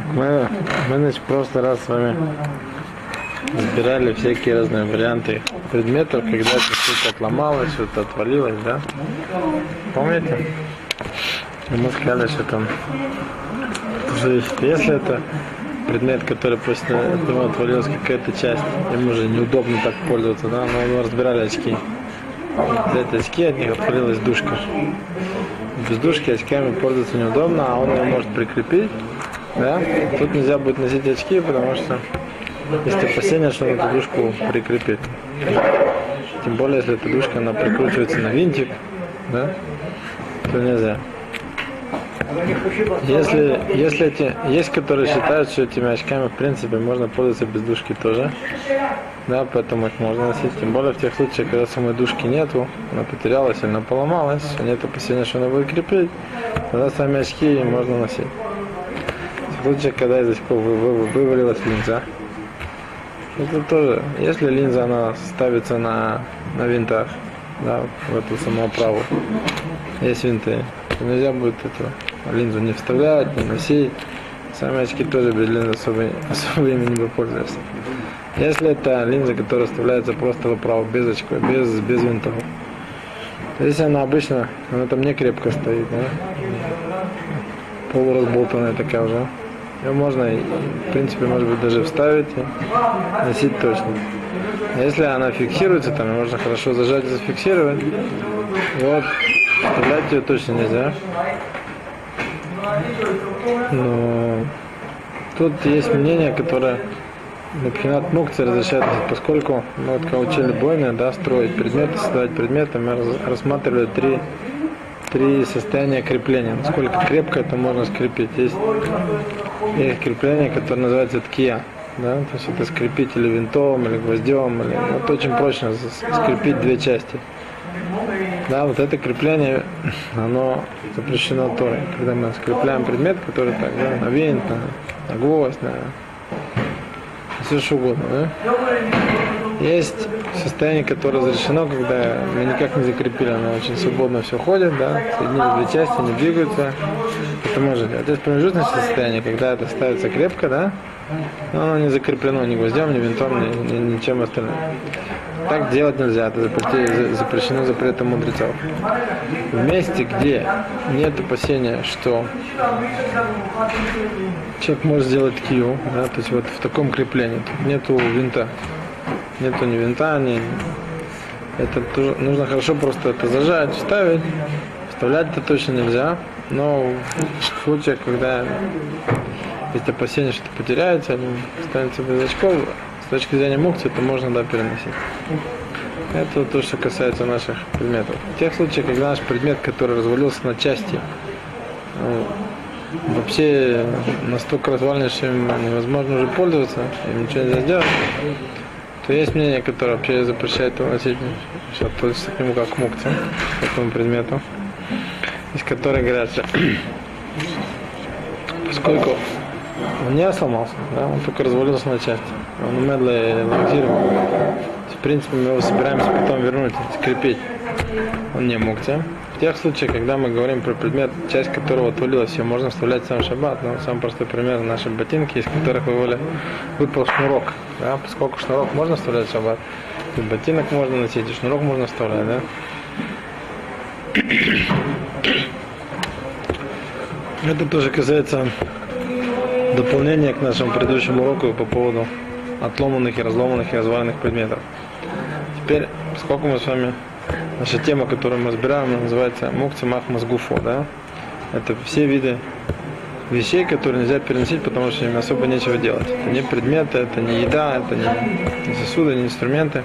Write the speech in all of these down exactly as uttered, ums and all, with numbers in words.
Мы, мы значит, в прошлый раз с вами разбирали всякие разные варианты предметов, когда что-то отломалось, что-то отвалилось, да? Помните? И мы сказали, что там, что если это предмет, который после этого отвалилась какая-то часть, ему уже неудобно так пользоваться, да? Но мы разбирали очки. Взять очки, от них отвалилась дужка. Без дужки очками пользоваться неудобно, а он ее может прикрепить. Да? Тут нельзя будет носить очки, потому что есть опасения, что он эту дужку прикрепит. Тем более, если эта дужка она прикручивается на винтик, да? То нельзя. Если, если эти, есть, которые считают, что этими очками в принципе можно пользоваться без дужки тоже, да, поэтому их можно носить. Тем более в тех случаях, когда самой дужки нету, она потерялась или она поломалась, нет опасения, что она будет крепить, тогда сами очки можно носить. В случае, когда из очков вы, вы, вывалилась линза, это тоже, если линза она ставится на, на винтах, да, в эту самооправу, есть винты, то нельзя будет эту линзу не вставлять, не носить. Сами очки тоже без линзы особо, особо ими не попользуешься. Если это линза, которая вставляется просто в оправу, без очков, без, без винтов, то если она обычно, она там не крепко стоит, да, полуразболтанная такая уже, ее можно, в принципе, может быть, даже вставить и носить точно. А если она фиксируется, там ее можно хорошо зажать и зафиксировать, вот, вставлять ее точно нельзя. Но тут есть мнение, которое Мепхинат Мукци разрешает, поскольку мы вот когда учили бойны, да, строить предметы, создавать предметы, мы рассматривали три, три состояния крепления, насколько крепко это можно скрепить. Есть, есть крепление, которое называется ткия, да, то есть это скрепить или винтом, или гвоздем, или вот очень прочно скрепить две части. Да, вот это крепление, оно запрещено Торой. Когда мы скрепляем предмет, который так, да, на винт, на, на гвоздь, на все что угодно, да? Есть состояние, которое разрешено, когда мы никак не закрепили, оно очень свободно все ходит, да, соединили две части, они двигаются, это можно делать. Есть промежуточное состояние, когда это ставится крепко, да, но оно не закреплено ни гвоздем, ни винтом, ни, ни, ничем остальным. Так делать нельзя, это запрещено запретом мудрецов. В месте, где нет опасения, что человек может сделать ткию, да, то есть вот в таком креплении, тут нету винта, нету ни винта, ни... Это нужно хорошо просто это зажать, вставить. Вставлять это точно нельзя, но в случаях, когда есть опасения, что это потеряется, или останется без очков, с точки зрения мукции, это можно, да, переносить. Это то, что касается наших предметов. В тех случаях, когда наш предмет, который развалился на части, ну, вообще настолько развален, что им невозможно уже пользоваться, им ничего нельзя сделать, то есть мнение, которое вообще запрещает его носить, что относится к нему как к мукции, к этому предмету, из которых говорят, что поскольку он не сломался, да, он только развалился на части. Он медленно лакзировал. В принципе, мы его собираемся потом вернуть, скрепить. Он не мукция. В тех случаях, когда мы говорим про предмет, часть которого отвалилась, ее можно вставлять в сам шаббат. Но самый простой пример — наши ботинки, из которых вывали, выпал шнурок. Да, поскольку шнурок можно вставлять в шаббат, то ботинок можно носить, и шнурок можно вставлять. Да? Это тоже касается дополнение к нашему предыдущему уроку по поводу отломанных и разломанных и разваленных предметов. Теперь, поскольку мы с вами, наша тема, которую мы разбираем, называется мукци мах мазгуфо, да? Это все виды вещей, которые нельзя переносить, потому что им особо нечего делать. Это не предметы, это не еда, это не сосуды, не инструменты.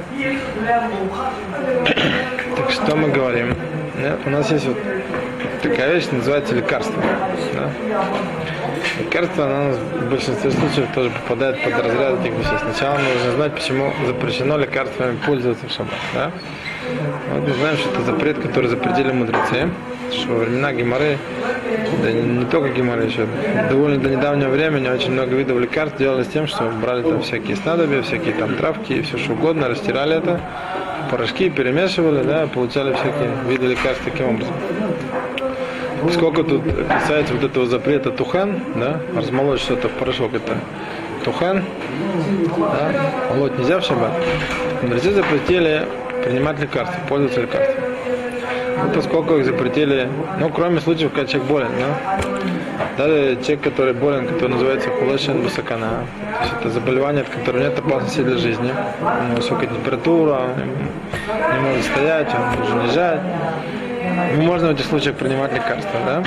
Так что мы говорим? Нет, у нас есть вот такая вещь, называется лекарство. Да? Лекарство, оно в большинстве случаев тоже попадает под разряд этих вещей. Сначала нужно знать, почему запрещено лекарствами пользоваться в шаббат. Да? Вот мы знаем, что это запрет, который запретили мудрецы, что во времена Гемары, да не, не только Гемары, еще довольно до недавнего времени очень много видов лекарств делали с тем, что брали там всякие снадобья, всякие там травки и все что угодно, растирали это, порошки перемешивали, да, получали всякие виды лекарств таким образом. Поскольку тут касается вот этого запрета тухен, да, размолоть что-то в порошок, это тухен, да, молоть нельзя в шаббат. Мудрецы запретили принимать лекарства, пользоваться лекарствами. Ну, поскольку их запретили, ну, кроме случаев, когда человек болен, да. Даже человек, который болен, который называется хулешен бусакана, то есть это заболевание, от которого нет опасности для жизни, у него высокая температура, он не может стоять, он должен лежать. Ну, можно в этих случаях принимать лекарства, да?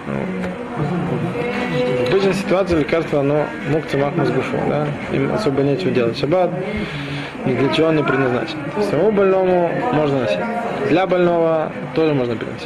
В обычной ситуации лекарство, оно мукца махмус гуфу, да? Им особо нечего делать. Шаббат ни для чего он не предназначен. Самому больному можно носить. Для больного тоже можно переносить.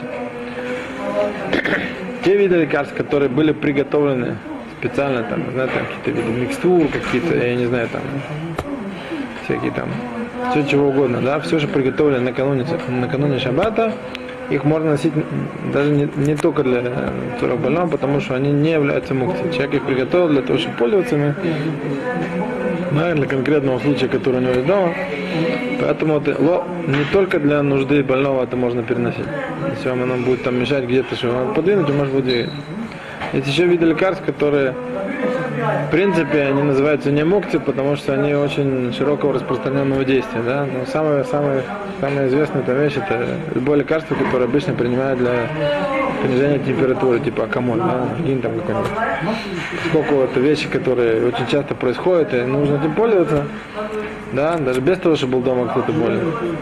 Те виды лекарств, которые были приготовлены специально, там, знаете, там, какие-то виды микстур, какие-то, я не знаю, там, всякие там, все чего угодно, да, все же приготовлено накануне, накануне шаббата, их можно носить даже не, не только для цурах больного, потому что они не являются мукцией. Человек их приготовил для того, чтобы пользоваться ими, да, для конкретного случая, который у него есть дома. Поэтому это, ло, не только для нужды больного это можно переносить. Если вам оно будет там мешать где-то, что его подвинуть, он может будет двигать. Есть еще виды лекарств, которые в принципе они называются не мукти, потому что они очень широкого распространенного действия. Да? Но самое, самое, самая известная эта вещь это любое лекарство, которое обычно принимают для понижения температуры, типа акамоль, да? Гин там какой-нибудь. Поскольку это вещи, которые очень часто происходят, и нужно этим пользоваться, да? Даже без того, что был дома кто-то болен,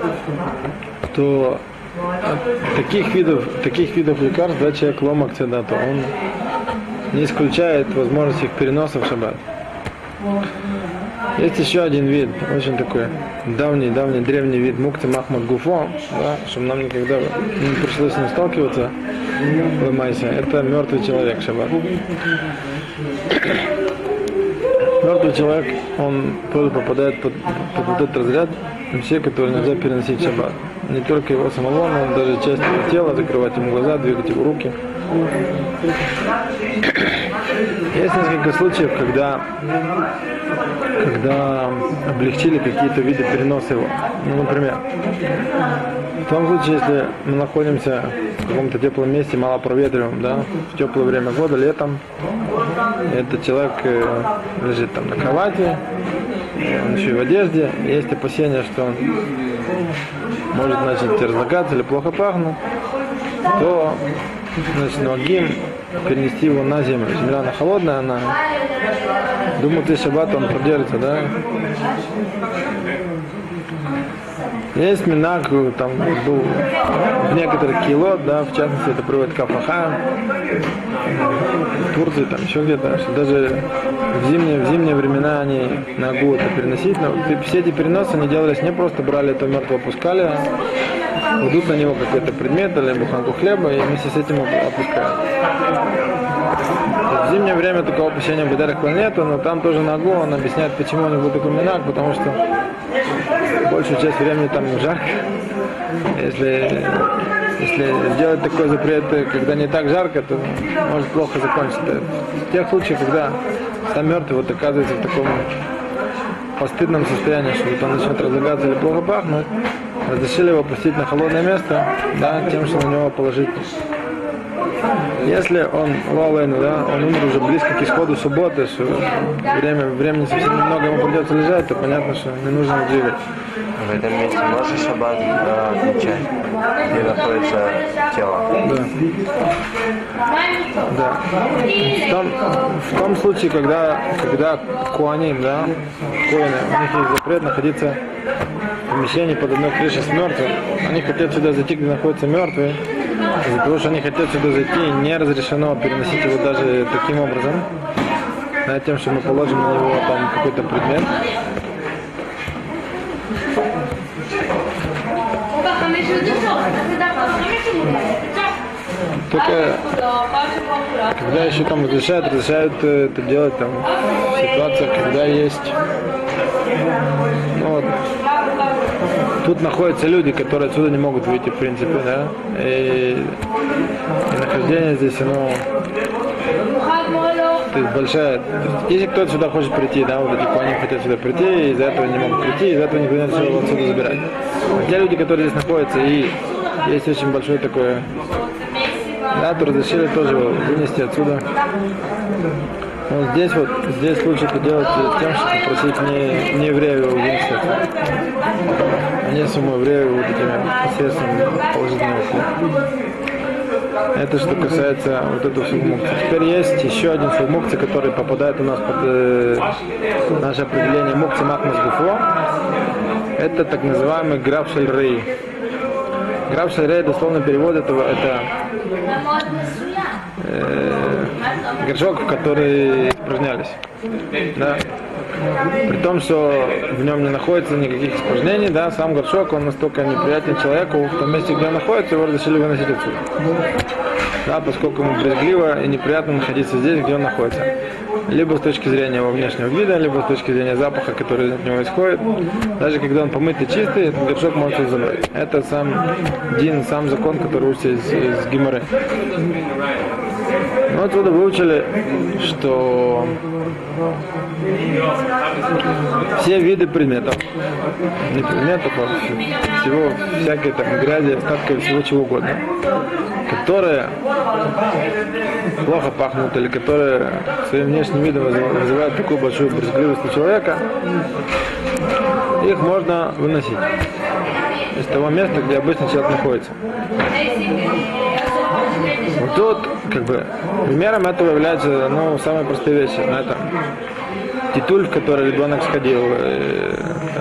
то таких видов, таких видов лекарств, да, человек ломак цедату, он не исключает возможность их переноса в шаббат. Есть еще один вид, очень такой давний, давний, древний вид мукти махмад гуфо, да, чтобы нам никогда не пришлось с ним сталкиваться в Ламайсе. Это мертвый человек в шаббат. Мертвый человек, он тоже попадает под, под вот этот разряд вещей, которые нельзя переносить в шаббат. Не только его самого, но даже часть его тела, закрывать ему глаза, двигать его руки. Есть несколько случаев, когда, когда облегчили какие-то виды переноса его. Ну, например, в том случае, если мы находимся в каком-то теплом месте, мало проветриваем, да, в теплое время года, летом, этот человек лежит там на кровати, он еще и в одежде, есть опасения, что он может начать разлагаться или плохо пахнуть, то значит, ногим перенести его на землю. Земля она холодная, она думаю, ты шаббат он продержится, да? Есть минак, там был в некоторых килот, да, в частности это приводит Кафаха, в Турции, там еще где-то, что даже в зимние, в зимние времена они ногу это переносить, но все эти переносы они делались не просто брали это мертвого, опускали, кладут на него какой-то предмет или буханку хлеба и вместе с этим опускают. В зимнее время такого опущения в Бедарах планету, но там тоже ногу, он объясняет, почему у них был такой минак, потому что большую часть времени там жарко. Если, если сделать такой запрет, когда не так жарко, то может плохо закончиться. В тех случаях, когда сам мертвый вот оказывается в таком постыдном состоянии, что вот он начнет разлагаться или плохо пахнуть, разрешили его опустить на холодное место, да, тем, что на него положить. Если он лолейн, да, он умер уже близко к исходу субботы, что время, времени совсем немного ему придется лежать, то понятно, что не нужно его двигать. В этом месте можно шаббат э, отмечать, где находится тело? Да. Да. В том, в том случае, когда, когда куаним, да, коины, у них есть запрет находиться в помещении под одной крышей с мертвым, они хотят сюда зайти, где находятся мертвые, из-за того, что они хотят сюда зайти, не разрешено переносить его даже таким образом, да, тем, что мы положим на него там какой-то предмет. Только когда еще там разрешают, разрешают это делать там в ситуациях, когда есть, ну, вот, тут находятся люди, которые отсюда не могут выйти, в принципе, да, и, и нахождение здесь, оно, то есть большая, если кто-то сюда хочет прийти, да, вот эти они хотят сюда прийти, и из-за этого не могут прийти, из-за этого не хотят его отсюда забирать. А те люди, которые здесь находятся, и есть очень большое такое Да, то разрешили тоже его вынести отсюда. Вот здесь вот, здесь лучше это делать тем, что просить не, не еврея его вынести отсюда. А не самого еврея вот этими посредством положительного слова. Это что касается вот этого субмукции. Теперь есть еще один субмукция, который попадает у нас под э, наше определение мукции махмас гуфо. Это так называемый граф шель-рей. Граф шель-рей, дословно перевод этого, это э, горшок, в который испражнялись. Да? При том, что в нем не находится никаких испражнений, да, сам горшок, он настолько неприятен человеку, в том месте, где он находится, его разрешили выносить отсюда. Да, поскольку ему брезгливо и неприятно находиться здесь, где он находится. Либо с точки зрения его внешнего вида, либо с точки зрения запаха, который от него исходит. Даже когда он помытый, чистый, этот горшок может забрать. Это сам дин, сам закон, который учится из, из Гемары. Ну, отсюда выучили, что все виды предметов, не предметов, а всего, всякой там грязи, остатков, всего чего угодно, которые плохо пахнут или которые своим внешним видом вызывают такую большую брезгливость у человека, их можно выносить из того места, где обычно человек находится. Вот тут, как бы, примером этого являются, ну, самые простые вещи. Ну, это титуль, в который ребенок сходил, э,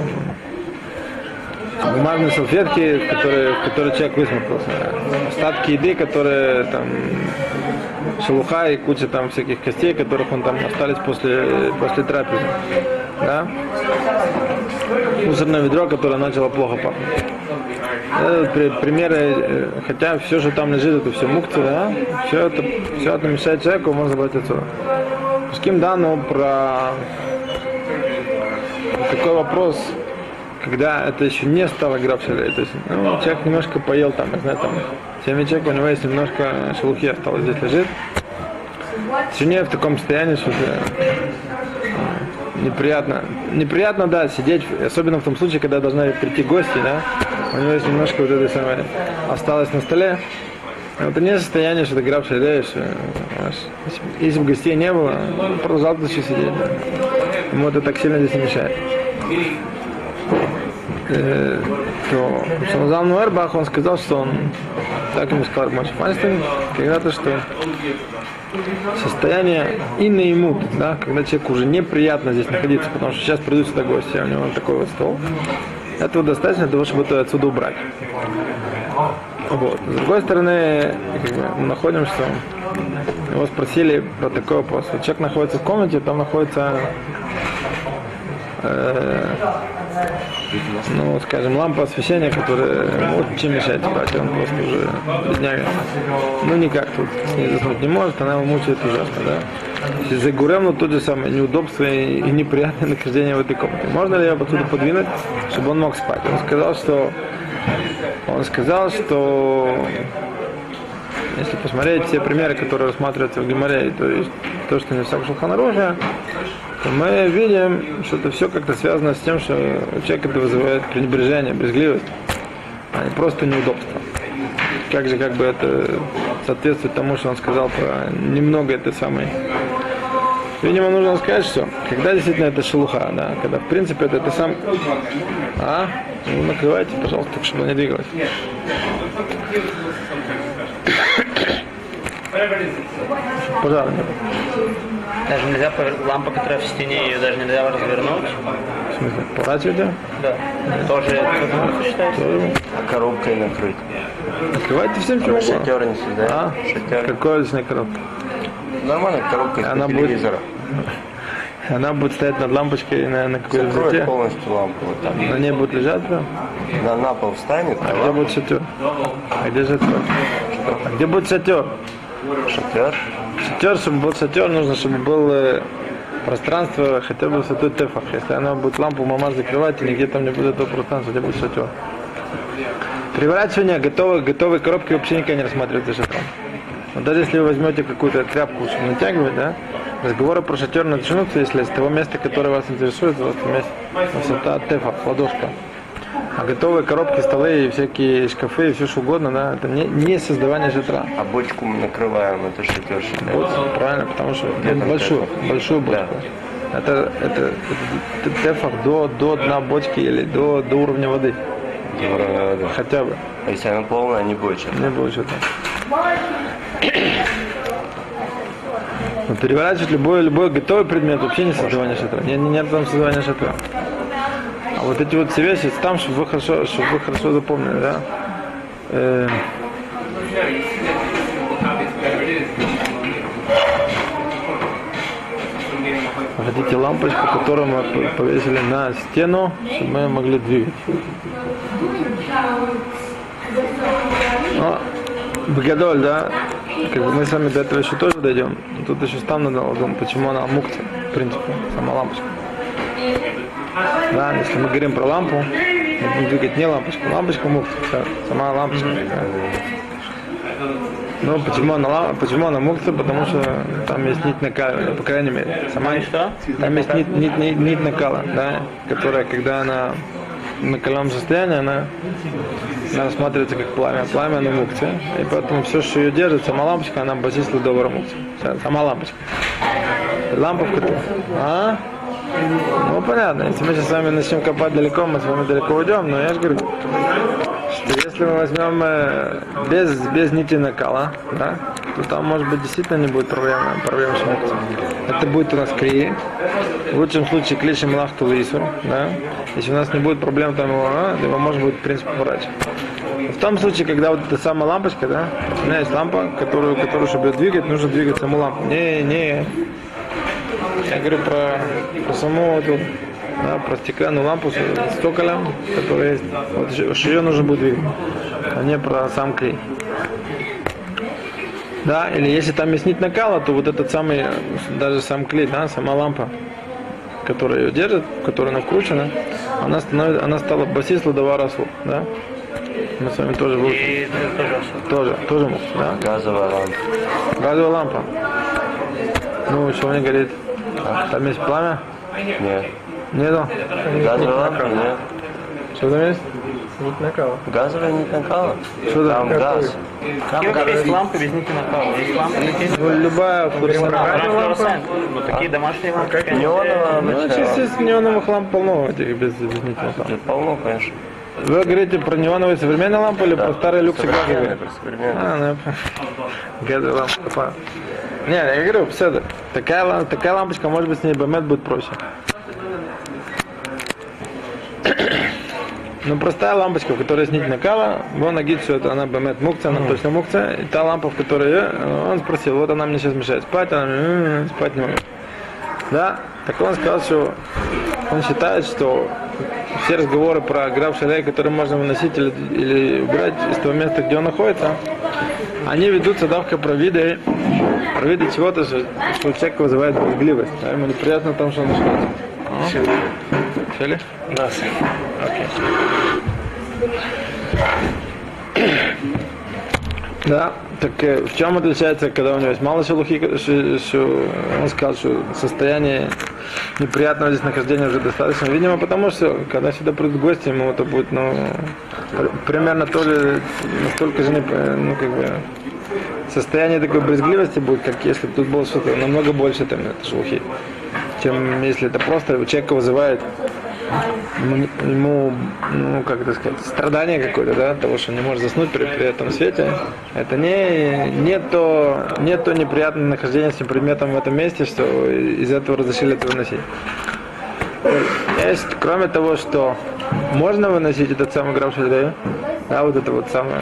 там, бумажные салфетки, в которые, в которые человек высморкался, остатки еды, которые там шелуха и куча там всяких костей, которых он там остались после, после трапезы. Да? Мусорное ведро, которое начало плохо пахнуть. Это примеры, хотя все, что там лежит, это все мукция, да? Все это, все это мешает человеку, можно забрать отсюда. С кем данно про такой вопрос, когда это еще не стало граф шель-рей, то есть, ну, человек немножко поел там, я знаю, там, семь человек, у него есть немножко шелухи осталось, здесь лежит. Еще не в таком состоянии, что неприятно. Неприятно, да, сидеть, особенно в том случае, когда должны прийти гости, да, у него есть немножко вот этой самой осталось на столе. Но это не состояние, что ты граф шель-рей, что если бы гостей не было, он продолжал тут еще сидеть. Да. Ему это так сильно здесь не мешает. Э, то Шамазал Нуэрбах, он сказал, что он, так ему сказал Моше Файнштейн, когда-то, что состояние инна-имут, да, когда человеку уже неприятно здесь находиться, потому что сейчас придут сюда гости, а у него такой вот стол. Этого достаточно для того, чтобы это отсюда убрать. Вот. С другой стороны, как бы, мы находим, что его спросили про такой вопрос. Вот человек находится в комнате, там находится э, ну, скажем, лампа освещения, которая может чем мешать спать, он просто уже бедняга. Ну никак тут с ней заснуть не может, она его мучает ужасно, да. За гурем тут же самое неудобство и, и неприятное нахождение в этой комнате. Можно ли его отсюда подвинуть, чтобы он мог спать? Он сказал, что он сказал, что если посмотреть все примеры, которые рассматриваются в Гемаре, то есть то, что не в Шулхан Аруха, то мы видим, что это все как-то связано с тем, что у человека это вызывает пренебрежение, брезгливость, а не просто неудобство. Как же как бы это соответствует тому, что он сказал про немного этой самой. Видимо, нужно сказать, что когда действительно это шелуха, да, когда в принципе это, это сам... А? Ну, накрывайте, пожалуйста, так, чтобы она не двигалась. Пожар нет. Даже нельзя, лампа, которая в стене, ее даже нельзя развернуть. В смысле, поворачивать ее? Да. Тоже, тоже считается? А коробкой накрыть? Накрывайте всем чем угодно. Шатер не создает? А? Шатер. Какая личная коробка? Нормальная коробка из Она телевизора. Будет, она будет стоять над лампочкой на, на какой-то Закроет высоте. полностью лампу. Вот там. На ней будет лежать, да? На, на пол встанет. А где будет шатер? А где шатер? А где будет шатер? Шатер. Шатер, чтобы был шатер, нужно, чтобы было пространство хотя бы высотой тефах. Если она будет лампу мамаш закрывать, и нигде там не будет этого пространства, где будет шатер. Переворачивание готовой, готовой коробки вообще никогда не рассматривается шатром. Вот даже если вы возьмете какую-то тряпку, чтобы натягивать, да, разговоры про шатер начнутся, если с того места, которое вас интересует, вот место, высота тефах, ладошка. А готовые коробки, столы и всякие шкафы и все что угодно, да, это не, не создавание шатра. А бочку мы накрываем, это шатер считается. Вот, правильно, потому что Где ну, там большую, тефах? большую бочку. Да. Это, это, это тефах до, до дна бочки или до, до уровня воды. Уровня воды. Хотя бы. А если она полная, не будет шатра. Не будет что-то. Но переворачивать любой, любой готовый предмет вообще не создавание шатра. Нет, нет там создавания шатра. А вот эти вот все вещи там, чтобы вы хорошо, чтобы вы хорошо запомнили, да. Э, вот эти лампочки, которые мы повесили на стену, чтобы мы могли двигать. Но, бгадоль, да, как бы мы с вами до этого еще тоже дойдем. Тут еще там надо думать, почему она мукция, в принципе, сама лампочка. Да, если мы говорим про лампу, мы будем двигать не лампочку, лампочка мукция, все, сама лампочка. Да. Ну, почему она, ла- почему она мукция? Потому что там есть нить накаливания, по крайней мере. Сама, что? там есть нить, нить, нить, нить накала, да, которая, когда она в накаленном состоянии, она, она рассматривается как пламя. Пламя, она мукция. И поэтому все, что ее держит, сама лампочка, она базис ледовая мукция. Вся, сама лампочка. Лампа в коту. А? Ну, понятно. Если мы сейчас с вами начнем копать далеко, мы с вами далеко уйдем, но я же говорю, что если мы возьмем э, без, без нити накала, да, то там, может быть, действительно не будет проблем, проблем с мукцией. Это будет у нас крии. В лучшем случае клишем лахту лису, да. Если у нас не будет проблем, там его, а, его можно будет, в принципе, поворачивать. В том случае, когда вот эта самая лампочка, да, у меня есть лампа, которую, которую, чтобы ее двигать, нужно двигать саму лампу. Не, не. Я говорю про, про саму эту, да, про стеклянную лампу с, с цоколем, которая есть. Вот ее нужно будет двигать, а не про сам клей. Да, или если там есть нить накала, то вот этот самый, даже сам клей, да, сама лампа, которая ее держит, в которой она вкручена, она становится, она стала басис ладовара асу, да. Мы с вами тоже выучили. И это тоже особо. Тоже, тоже мог, да. Газовая лампа. Газовая лампа. Ну, что мне говорит? Там есть пламя? Нет. Нету? Газовая лампа? Нет. Что там есть? Газовая не накала. Что там? Там газ. И вообще есть лампы без нити накала. Есть лампы без нити Ну, любая флуоресцентная. накала. Флуоресцент. Вот такие домашние лампы, конечно. Неоновая Ну, обычная. естественно, неоновых ламп полно этих без, без нити накала. Тут полно, конечно. Вы говорите про неоновые современные лампы или про старые люксы газовые? Современная. А, ну, я понял. Газовая лампа. Не, я говорю, все, такая, лам- такая лампочка, может быть, с ней бэмет будет проще. Ну, простая лампочка, в которой есть нить накала, вон нагид, что это она бэмет мукция, она точно мукция. И та лампа, в которой я, он спросил, вот она мне сейчас мешает спать, она м-м, спать не может. Да, так он сказал, что он считает, что все разговоры про граф шалей, которые можно выносить или, или убирать из того места, где он находится, они ведутся давка про виды, про виды чего-то, что, что у человека вызывает брезгливость. Да, ему неприятно там, что он находится. Сели? Да. Окей. Да, так э, в чем отличается, когда у него есть мало шелухи, что, что он сказал, что состояние неприятного здесь нахождения уже достаточно. Видимо, потому что, когда сюда придут гости, ему это будет, ну, пр- примерно то ли, настолько же, не, ну, как бы, состояние такой брезгливости будет, как если бы тут было что-то намного больше там, это шелухи, чем если это просто у человека вызывает ему, ему, ну, как это сказать, страдание какое-то, да, от того, что не может заснуть при, при этом свете. Это не, не, то, не то неприятное нахождение с этим предметом в этом месте, что из этого разрешили это выносить. Есть, кроме того, что можно выносить этот самый граф шальдею, да, вот это вот самое,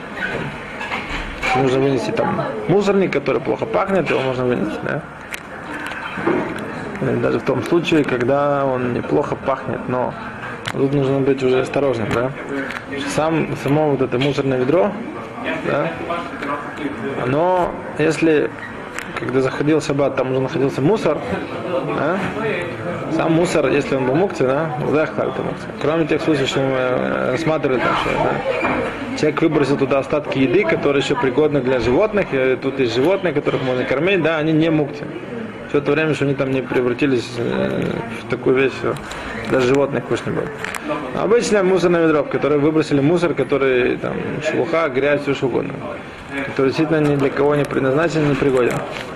нужно вынести там мусорник, который плохо пахнет, его можно вынести, да. Даже в том случае, когда он неплохо пахнет, но тут нужно быть уже осторожным, да. Сам, само вот это мусорное ведро, да, оно, если, когда заходил шаббат, там уже находился мусор, да, сам мусор, если он был мукция, да, захлал это мукция. Кроме тех случаев, что мы рассматривали там, что, да, человек выбросил туда остатки еды, которые еще пригодны для животных, и тут есть животные, которых можно кормить, да, они не мукция. Все это время, что они там не превратились э, в такую вещь, что даже животных вкус не было. Обычное мусорное ведро, в которое выбросили мусор, который там шелуха, грязь, все что угодно. Который действительно ни для кого не предназначен, не пригоден.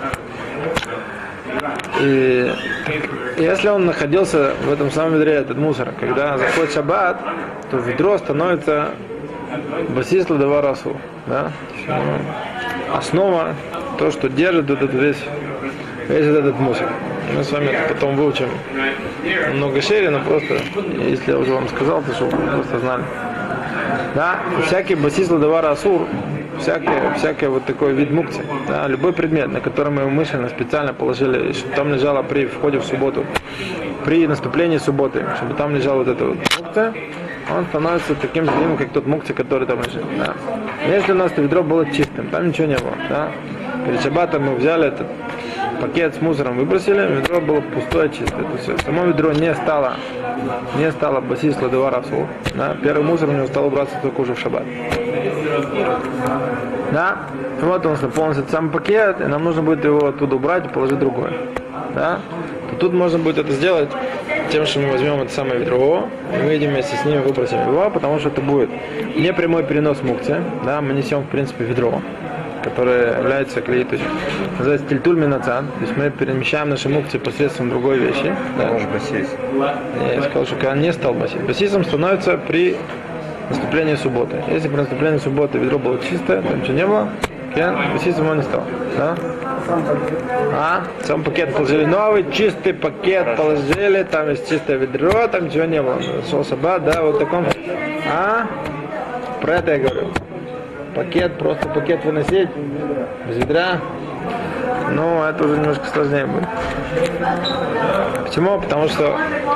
И если он находился в этом самом ведре, этот мусор, когда заходит шаббат, то ведро становится басис ладавар асур. Да? Основа, то, что держит этот весь, весь этот мусор. Мы с вами это потом выучим много шире, но просто, если я уже вам сказал, то чтобы вы просто знали. Да, всякий басис ладавар асур, всякий, всякий вот такой вид мукти, да, любой предмет, на который мы умышленно специально положили, чтобы там лежало при входе в субботу, при наступлении субботы, чтобы там лежал вот это вот мукти, он становится таким же длинным, как тот мукти, который там лежит. Да. Если у нас это ведро было чистым, там ничего не было, да. Перед шаббатом мы взяли этот пакет с мусором, выбросили, ведро было пустое, чистое. То есть само ведро не стало, не стало басис ладавар асур. Да. Первый мусор у него стал убраться только уже в шаббат. Да. Вот он наполнился сам пакет, и нам нужно будет его оттуда убрать и положить другой. Да. То тут можно будет это сделать тем, что мы возьмем это самое ведро, и выйдем вместе с ним, выбросим его, потому что это будет не прямой перенос мукти, да, мы несем в принципе ведро, которое является клей, то есть называется тильтуль минацад, то есть мы перемещаем наши мукти посредством другой вещи. Да. Может басис. Я сказал, что когда не стал басис. Басисом становится при наступлении субботы. Если при наступлении субботы ведро было чистое, там ничего не было, басисом он не стал. Да? А, сам пакет положили новый, чистый пакет положили, там есть чистое ведро, там ничего не было. Шел шаббат, да, вот в таком. А, про это я говорю. Пакет, просто пакет выносить, без ведра, ну, это уже немножко сложнее будет. Почему? Потому что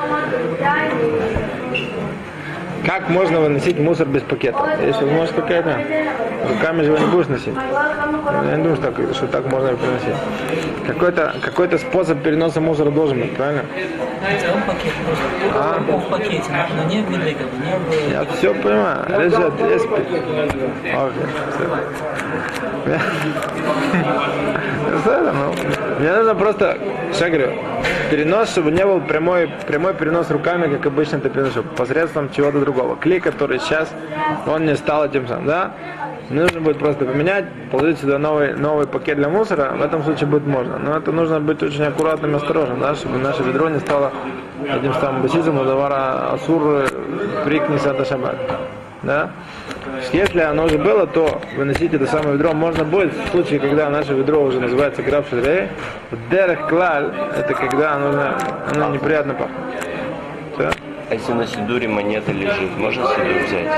как можно выносить мусор без пакета? Есть возможность какая-то? Руками же его не будешь носить. Я не думаю, что так, что так можно переносить. Какой-то, какой-то способ переноса мусора должен быть, правильно? Он пакет просто. А? Он в пакете, но не в ведре, как бы, не в... Я все понимаю. Лежат, есть. Окей, все. Мне нужно просто, что я говорю, перенос, чтобы не был прямой, прямой перенос руками, как обычно ты переносишь, посредством чего-то другого. Клей, который сейчас, он не стал этим самым, да? Мне нужно будет просто поменять, положить сюда новый, новый пакет для мусора, в этом случае будет можно. Но это нужно быть очень аккуратным и осторожным, да, чтобы наше ведро не стало этим самым басисом ладавара асур при книсата шаббат. Да? Если оно уже было, то выносить это самое ведро можно будет в случае, когда наше ведро уже называется граф шадрей. Дерех клаль, это когда оно, оно неприятно пахнет. Все? А если на сидуре монета лежит, можно сидур взять?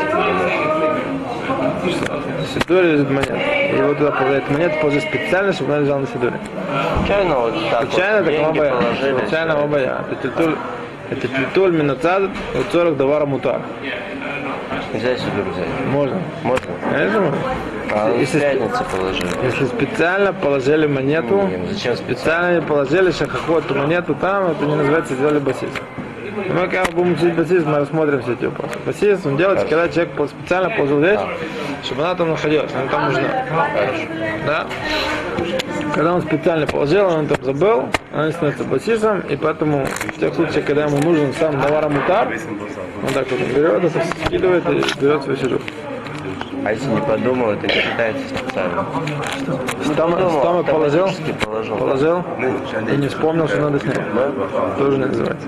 На сидуре лежит монета. И вот туда положить монету, положить специально, чтобы она лежала на сидуре. Случайно вот так Случайно, вот так деньги оба, положили. случайно оба я. Это тильтуль минацад, и сорок давара мутар. Нельзя сидур взять? Можно. Можно? Конечно можно. А Если, в пятницу положили. если специально положили монету, Не, ну зачем специально не положили шахахот монету там, это не называется сделали басис. Мы когда будем учить басис, мы рассмотрим все эти вопросы. Басис он делается, когда человек специально положил вещь, чтобы она там находилась, она там нужна. Да? Когда он специально положил, он там забыл, она не становится басисом, и поэтому в тех случаях, когда ему нужен сам навара мутар, он так вот берет, это скидывает и берет свою сиду. А если не подумал, это не считается специально. Стома положил, положил, положил и не вспомнил, что надо снять. Тоже не называется.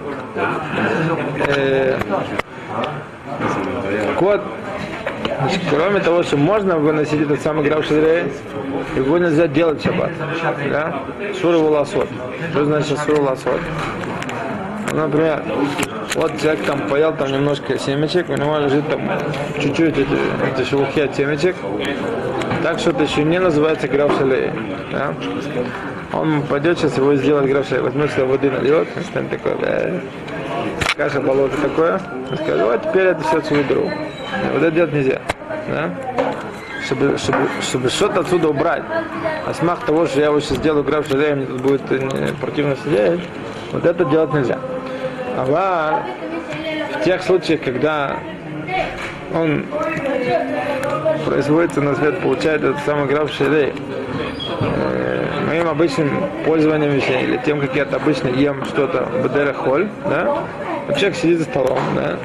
Так вот, значит, кроме того, что можно выносить этот самый граф шадрей, его нельзя делать в шаббат. Да? Сура вуласот. Что значит сура вуласот? Например, вот человек там поел там немножко семечек, у него лежит там чуть-чуть эти, эти шелухи от семечек, так что это еще не называется граф шалей. Да? Он пойдет сейчас его сделать граф шалей, возьмет сюда воды нальет, и станет такой, э, каша, болото такое, и скажет, вот теперь это все отсюда беру. Вот это делать нельзя. Да? Чтобы, чтобы, чтобы что-то отсюда убрать, а смах того, что я его сейчас сделаю граф шалей, мне тут будет противно сидеть, вот это делать нельзя. А в тех случаях, когда он производится на свет, получает этот самый граф шалей, э, моим обычным пользованием вещей, или тем, как я обычно ем что-то бадера холь, да, человек сидит за столом, да,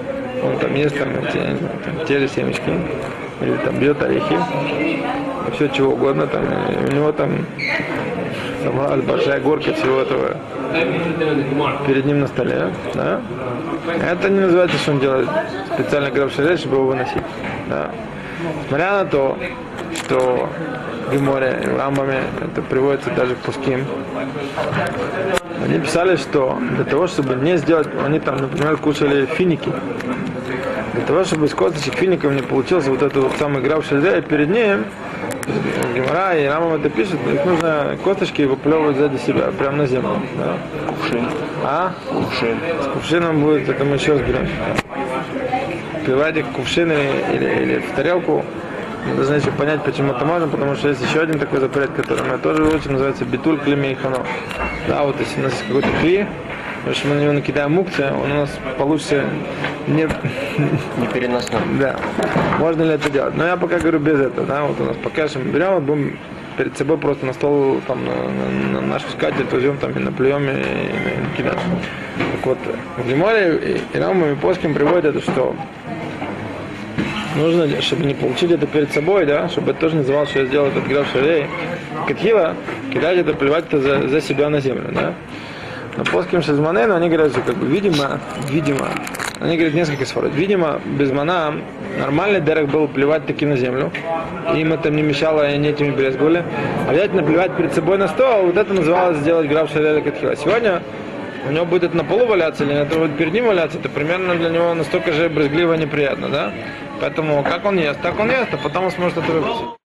он там ест там, эти, я не знаю, там, те же семечки, или там бьет орехи, все чего угодно, там, и у него там сама большая горка всего этого перед ним на столе, да? Это не называется, что он делает специально граб шалей, чтобы его выносить, да? Несмотря на то, что в Геморе и в Рамбаме это приводится даже в Пуским, они писали, что для того, чтобы не сделать, они там, например, кушали финики, для того, чтобы из косточек фиников не получился вот этот вот самый граб шалей, перед ним Гемора и Рамбам это пишут, их нужно косточки выплевывать сзади себя, прямо на землю. Да? Кувшин. А? Кувшин. С кувшином будет, это мы еще разберем. Пивать их в кувшин или, или, или в тарелку. Мы должны еще понять, почему это можно, потому что есть еще один такой запрет, который мы тоже учим, называется битуль клеми и хано. Да, вот если у нас есть какой-то кли, если мы на него накидаем мукция, он у нас получится не... Непереносно. Да. Можно ли это делать? Но я пока говорю без этого, да, вот у нас пока что мы берем, вот будем перед собой просто на стол, там, на, на, на нашу скатерть возьмем, там, и наплюем, и, и, и кидаем. Так вот, в Геморе и Рамбам и Поским приводят это, что нужно, чтобы не получить это перед собой, да, чтобы это тоже называлось, что я сделал этот граб шалей, катхила, кидать это, плевать это за, за себя на землю, да. Но Поским Шезманен, они говорят, что как бы, видимо, видимо, они говорят несколько сфорот. Видимо, без мана нормальный дерек был плевать таки на землю. Им это не мешало, и они этими брезговали. А взять наплевать перед собой на стол, вот это называлось сделать граб шалей катхила. Сегодня у него будет на полу валяться, или это будет перед ним валяться, это примерно для него настолько же брезгливо и неприятно, да? Поэтому как он ест, так он ест, а потом он сможет это выпустить.